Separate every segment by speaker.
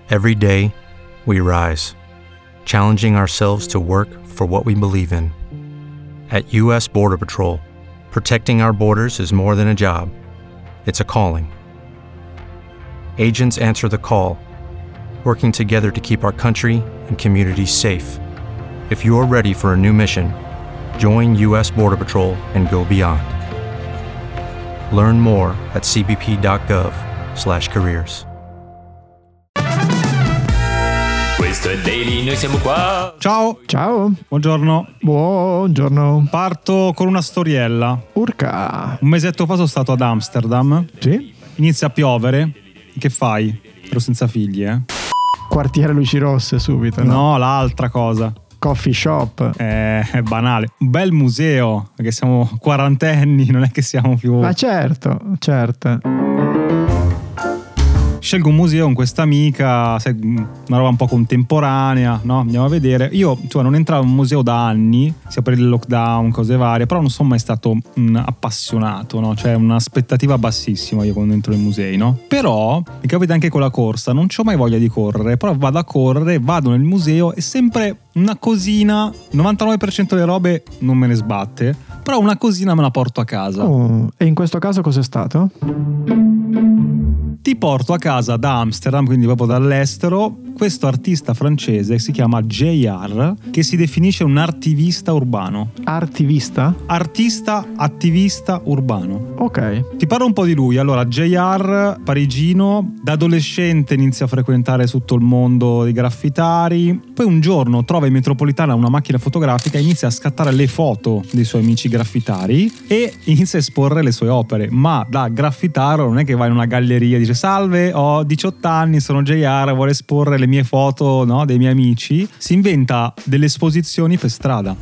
Speaker 1: Every day, we rise, challenging ourselves to work for what we believe in. At U.S. Border Patrol, protecting our borders is more than a job. It's a calling. Agents answer the call, working together to keep our country and communities safe. If you're ready for a new mission, join U.S. Border Patrol and go beyond. Learn more at cbp.gov/careers.
Speaker 2: Questo è Daily, noi siamo qua.
Speaker 3: Ciao.
Speaker 4: Ciao.
Speaker 3: Buongiorno.
Speaker 4: Buongiorno.
Speaker 3: Parto con una storiella.
Speaker 4: Urca.
Speaker 3: Un mesetto fa sono stato ad Amsterdam.
Speaker 4: Sì.
Speaker 3: Inizia a piovere. Che fai? Ero senza figli,
Speaker 4: Quartiere luci rosse subito, no?
Speaker 3: No, l'altra cosa.
Speaker 4: Coffee shop.
Speaker 3: È banale. Un bel museo, perché siamo quarantenni, non è che siamo più...
Speaker 4: Ma certo.
Speaker 3: Scelgo un museo con questa amica, sai, una roba un po' contemporanea, no? Andiamo a vedere. Io, non entravo in un museo da anni, sia per il lockdown, cose varie, però non sono mai stato un appassionato, no? Cioè un'aspettativa bassissima io quando entro nei musei, no? Però mi capita anche con la corsa, non c'ho mai voglia di correre, però vado a correre, vado nel museo e sempre una cosina, 99% delle robe non me ne sbatte, però una cosina me la porto a casa.
Speaker 4: Oh, e in questo caso cos'è stato?
Speaker 3: Ti porto a casa da Amsterdam, quindi proprio dall'estero, questo artista francese si chiama JR, che si definisce un artivista urbano.
Speaker 4: Artivista?
Speaker 3: Artista, attivista urbano.
Speaker 4: Ok.
Speaker 3: Ti parlo un po' di lui. Allora, JR, parigino, da adolescente inizia a frequentare tutto il mondo dei graffitari, poi un giorno trova in metropolitana una macchina fotografica e inizia a scattare le foto dei suoi amici graffitari e inizia a esporre le sue opere, ma da graffitaro non è che vai in una galleria e dice salve, ho 18 anni, sono JR, vorrei esporre le mie foto, no, dei miei amici. Si inventa delle esposizioni per strada.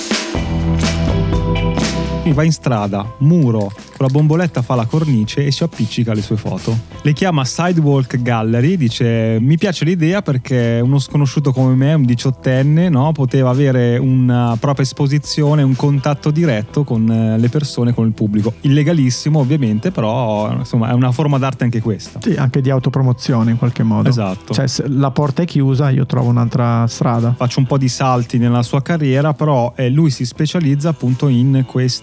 Speaker 3: Quindi va in strada, muro, con la bomboletta fa la cornice e si appiccica le sue foto. Le chiama Sidewalk Gallery, dice mi piace l'idea perché uno sconosciuto come me, un 18enne, no, poteva avere una propria esposizione, un contatto diretto con le persone, con il pubblico. Illegalissimo ovviamente, però insomma è una forma d'arte anche questa.
Speaker 4: Sì, anche di autopromozione in qualche modo.
Speaker 3: Esatto.
Speaker 4: Cioè se la porta è chiusa io trovo un'altra strada.
Speaker 3: Faccio un po' di salti nella sua carriera, però lui si specializza appunto in questi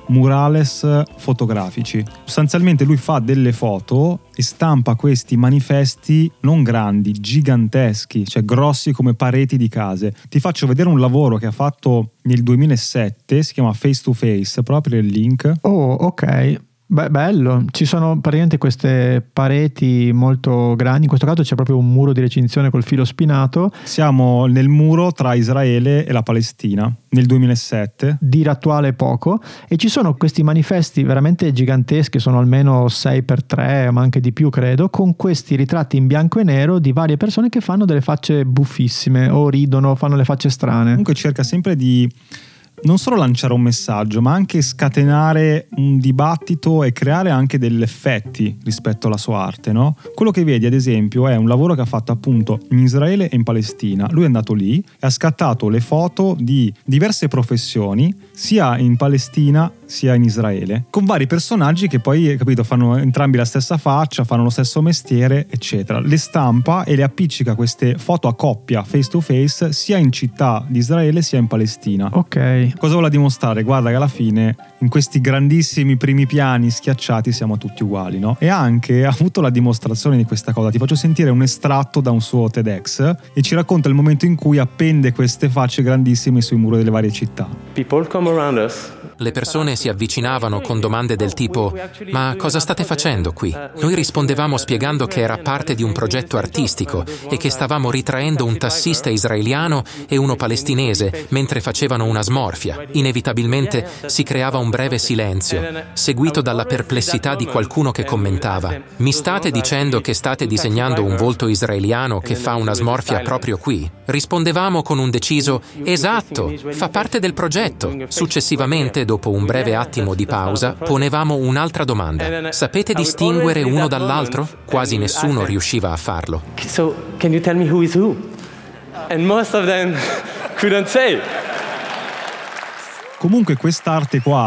Speaker 3: murales fotografici. Sostanzialmente lui fa delle foto e stampa questi manifesti non grandi, giganteschi, cioè grossi come pareti di case. Ti faccio vedere un lavoro che ha fatto nel 2007, si chiama Face to Face, proprio il link.
Speaker 4: Oh, ok. Beh, bello, ci sono praticamente queste pareti molto grandi, in questo caso c'è proprio un muro di recinzione col filo spinato.
Speaker 3: Siamo nel muro tra Israele e la Palestina, nel 2007.
Speaker 4: Dire attuale poco, e ci sono questi manifesti veramente giganteschi, sono almeno 6x3, ma anche di più credo, con questi ritratti in bianco e nero di varie persone che fanno delle facce buffissime, o ridono, fanno le facce strane.
Speaker 3: Comunque cerca sempre di non solo lanciare un messaggio, ma anche scatenare un dibattito e creare anche degli effetti rispetto alla sua arte, no? Quello che vedi ad esempio è un lavoro che ha fatto appunto in Israele e in Palestina. Lui è andato lì e ha scattato le foto di diverse professioni, sia in Palestina sia in Israele, con vari personaggi che poi, capito, fanno entrambi la stessa faccia, fanno lo stesso mestiere, eccetera. Le stampa e le appiccica queste foto a coppia, face to face, sia in città di Israele sia in Palestina.
Speaker 4: Ok.
Speaker 3: Cosa vuole dimostrare? Guarda che alla fine in questi grandissimi primi piani schiacciati siamo tutti uguali, no? E anche ha avuto la dimostrazione di questa cosa. Ti faccio sentire un estratto da un suo TEDx e ci racconta il momento in cui appende queste facce grandissime sui muri delle varie città.
Speaker 2: People come around us.
Speaker 5: Le persone si avvicinavano con domande del tipo «Ma cosa state facendo qui?» Noi rispondevamo spiegando che era parte di un progetto artistico e che stavamo ritraendo un tassista israeliano e uno palestinese mentre facevano una smorfia. Inevitabilmente si creava un breve silenzio, seguito dalla perplessità di qualcuno che commentava «Mi state dicendo che state disegnando un volto israeliano che fa una smorfia proprio qui?» Rispondevamo con un deciso «Esatto, fa parte del progetto». Successivamente, dopo un breve attimo di pausa, ponevamo un'altra domanda. Sapete distinguere uno dall'altro? Quasi nessuno riusciva a farlo.
Speaker 2: So, can you tell me who is who? And most of them couldn't say.
Speaker 3: Comunque quest'arte qua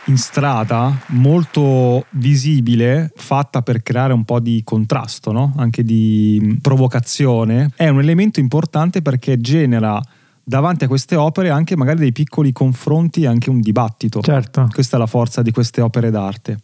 Speaker 3: in strada, molto visibile, fatta per creare un po' di contrasto, no? Anche di provocazione. È un elemento importante perché genera davanti a queste opere anche magari dei piccoli confronti e anche un dibattito.
Speaker 4: Certo.
Speaker 3: Questa è la forza di queste opere d'arte.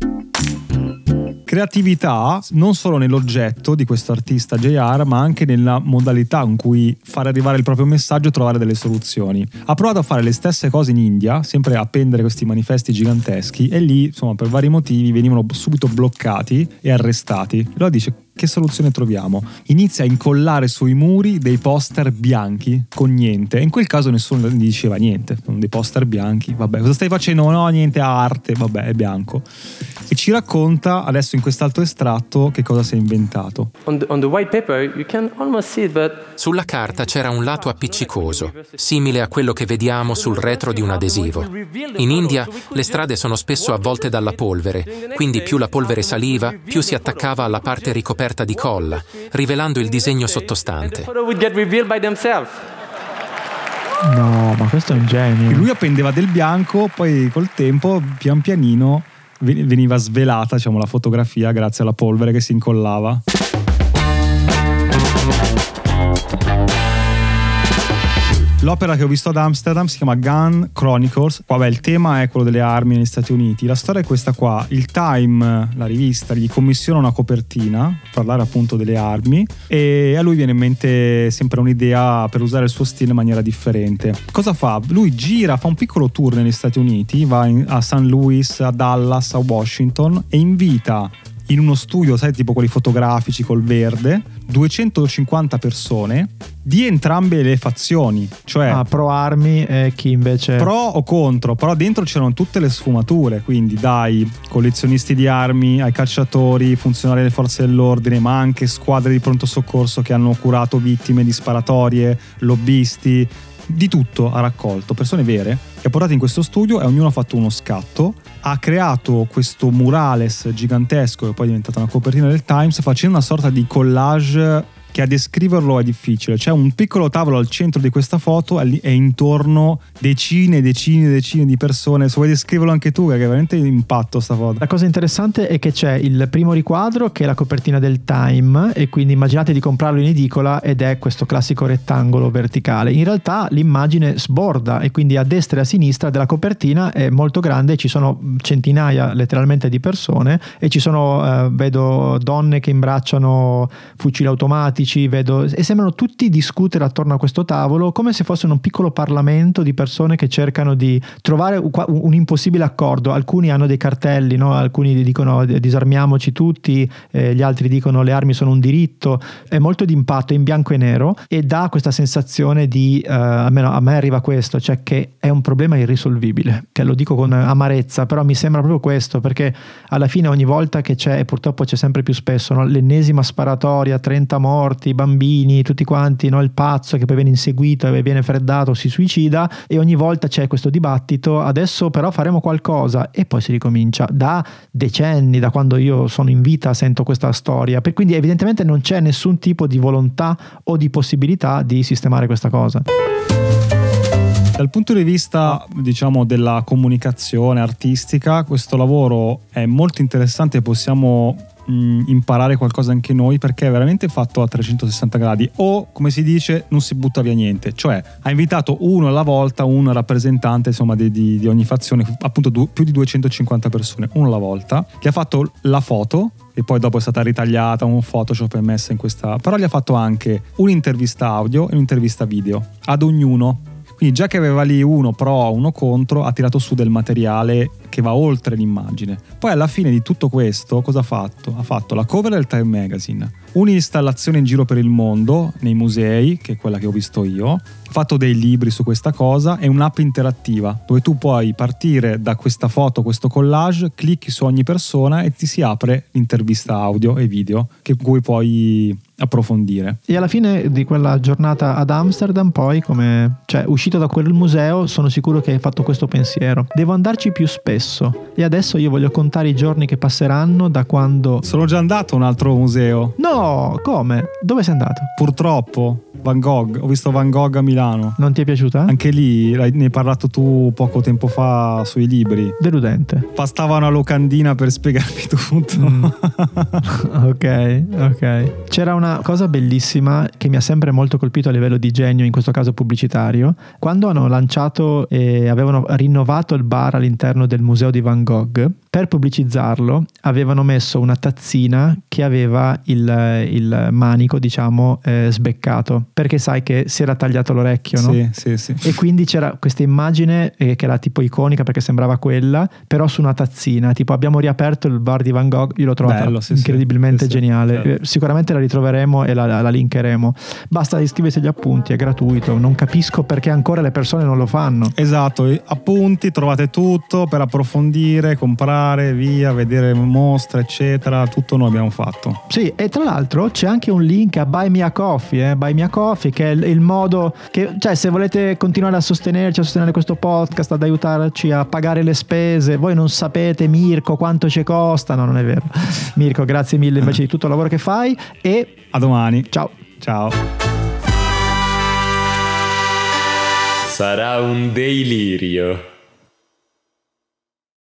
Speaker 3: Creatività non solo nell'oggetto di questo artista JR, ma anche nella modalità con cui fare arrivare il proprio messaggio e trovare delle soluzioni. Ha provato a fare le stesse cose in India, sempre a appendere questi manifesti giganteschi, e lì, insomma, per vari motivi venivano subito bloccati e arrestati. Allora dice: che soluzione troviamo? Inizia a incollare sui muri dei poster bianchi con niente, e in quel caso nessuno gli diceva niente, sono dei poster bianchi, vabbè, cosa stai facendo? No, niente, arte, vabbè, è bianco. E ci racconta adesso in quest'altro estratto che cosa si è inventato.
Speaker 2: On the white paper, you can almost see it, but
Speaker 5: Sulla carta c'era un lato appiccicoso, simile a quello che vediamo sul retro di un adesivo. In India le strade sono spesso avvolte dalla polvere, quindi più la polvere saliva, più si attaccava alla parte ricoperta di colla, rivelando il disegno sottostante.
Speaker 2: photo would get revealed by themselves.
Speaker 4: No, ma questo è un
Speaker 3: E
Speaker 4: genio.
Speaker 3: lui appendeva del bianco, poi col tempo, pian pianino, veniva svelata, diciamo, la fotografia grazie alla polvere che si incollava. L'opera che ho visto ad Amsterdam si chiama Gun Chronicles. Vabbè, il tema è quello delle armi negli Stati Uniti. La storia è questa qua. Il Time, la rivista, gli commissiona una copertina per parlare appunto delle armi, e a lui viene in mente sempre un'idea per usare il suo stile in maniera differente. Cosa fa? Lui gira, fa un piccolo tour negli Stati Uniti, va a St. Louis, a Dallas, a Washington, e invita in uno studio, sai, tipo quelli fotografici col verde, 250 persone di entrambe le fazioni, cioè
Speaker 4: Pro armi e chi invece
Speaker 3: pro o contro, però dentro c'erano tutte le sfumature, quindi dai collezionisti di armi ai calciatori, funzionari delle forze dell'ordine, ma anche squadre di pronto soccorso che hanno curato vittime di sparatorie, lobbisti, di tutto ha raccolto, persone vere, che ha portato in questo studio, e ognuno ha fatto uno scatto, ha creato questo murales gigantesco che poi è diventata una copertina del Times, facendo una sorta di collage che a descriverlo è difficile. C'è un piccolo tavolo al centro di questa foto e intorno decine di persone. Se vuoi descriverlo anche tu, che è veramente impatto sta foto.
Speaker 4: La cosa interessante è che c'è il primo riquadro che è la copertina del Time, e quindi immaginate di comprarlo in edicola ed è questo classico rettangolo verticale. In realtà l'immagine sborda, e quindi a destra e a sinistra della copertina è molto grande, ci sono centinaia letteralmente di persone, e ci sono vedo donne che imbracciano fucili automatici, e sembrano tutti discutere attorno a questo tavolo come se fosse un piccolo parlamento di persone che cercano di trovare un impossibile accordo. Alcuni hanno dei cartelli, no? Alcuni dicono disarmiamoci tutti, gli altri dicono le armi sono un diritto. È molto d'impatto, è in bianco e nero, e dà questa sensazione di almeno a me arriva questo, cioè che è un problema irrisolvibile, che lo dico con amarezza, però mi sembra proprio questo, perché alla fine ogni volta che c'è, e purtroppo c'è sempre più spesso, no? L'ennesima sparatoria, 30 morti, i bambini, tutti quanti, no? Il pazzo che poi viene inseguito e viene freddato, si suicida, e ogni volta c'è questo dibattito, adesso però faremo qualcosa, e poi si ricomincia. Da decenni, da quando io sono in vita, sento questa storia, per quindi evidentemente non c'è nessun tipo di volontà o di possibilità di sistemare questa cosa.
Speaker 3: Dal punto di vista, diciamo, della comunicazione artistica, questo lavoro è molto interessante e possiamo imparare qualcosa anche noi, perché è veramente fatto a 360 gradi, o come si dice non si butta via niente, cioè ha invitato uno alla volta, un rappresentante, insomma, di ogni fazione, appunto più di 250 persone, uno alla volta, gli ha fatto la foto, e poi dopo è stata ritagliata, un Photoshop e messa in questa, però gli ha fatto anche un'intervista audio e un'intervista video ad ognuno. Quindi già che aveva lì uno pro, uno contro, ha tirato su del materiale che va oltre l'immagine. Poi alla fine di tutto questo cosa ha fatto? Ha fatto la cover del Time Magazine, un'installazione in giro per il mondo, nei musei, che è quella che ho visto io, ha fatto dei libri su questa cosa, e un'app interattiva dove tu puoi partire da questa foto, questo collage, clicchi su ogni persona e ti si apre l'intervista audio e video che cui puoi approfondire.
Speaker 4: E alla fine di quella giornata ad Amsterdam, poi, cioè uscito da quel museo, sono sicuro che hai fatto questo pensiero: devo andarci più spesso, e adesso io voglio contare i giorni che passeranno da quando...
Speaker 3: Sono già andato a un altro museo.
Speaker 4: No, come? Dove sei andato?
Speaker 3: Purtroppo Van Gogh, ho visto Van Gogh a Milano.
Speaker 4: Non ti è piaciuta?
Speaker 3: Anche lì ne hai parlato tu poco tempo fa sui libri.
Speaker 4: Deludente.
Speaker 3: Bastava una locandina per spiegarmi tutto.
Speaker 4: Ok. C'era una cosa bellissima che mi ha sempre molto colpito a livello di genio, in questo caso pubblicitario, quando hanno lanciato e avevano rinnovato il bar all'interno del museo di Van Gogh. Per pubblicizzarlo avevano messo una tazzina che aveva il manico, diciamo, sbeccato, perché sai che si era tagliato l'orecchio, no?
Speaker 3: Sì.
Speaker 4: E quindi c'era questa immagine che era tipo iconica perché sembrava quella, però su una tazzina, tipo abbiamo riaperto il bar di Van Gogh. Io l'ho trovata incredibilmente geniale.
Speaker 3: Certo.
Speaker 4: Sicuramente la ritroveremo e la linkeremo. Basta iscriversi agli appunti, è gratuito. Non capisco perché ancora le persone non lo fanno.
Speaker 3: Esatto, appunti, trovate tutto per approfondire, comprare, via, vedere mostre, eccetera. Tutto noi abbiamo fatto.
Speaker 4: Sì, e tra l'altro c'è anche un link a Buy Me a Coffee, Buy Me a Coffee, che è il modo che, cioè, se volete continuare a sostenerci, a sostenere questo podcast, ad aiutarci a pagare le spese, voi non sapete, Mirko, quanto ci costa. No, non è vero. Mirko, grazie mille invece di tutto il lavoro che fai, e
Speaker 3: a domani.
Speaker 4: Ciao.
Speaker 2: Sarà un delirio.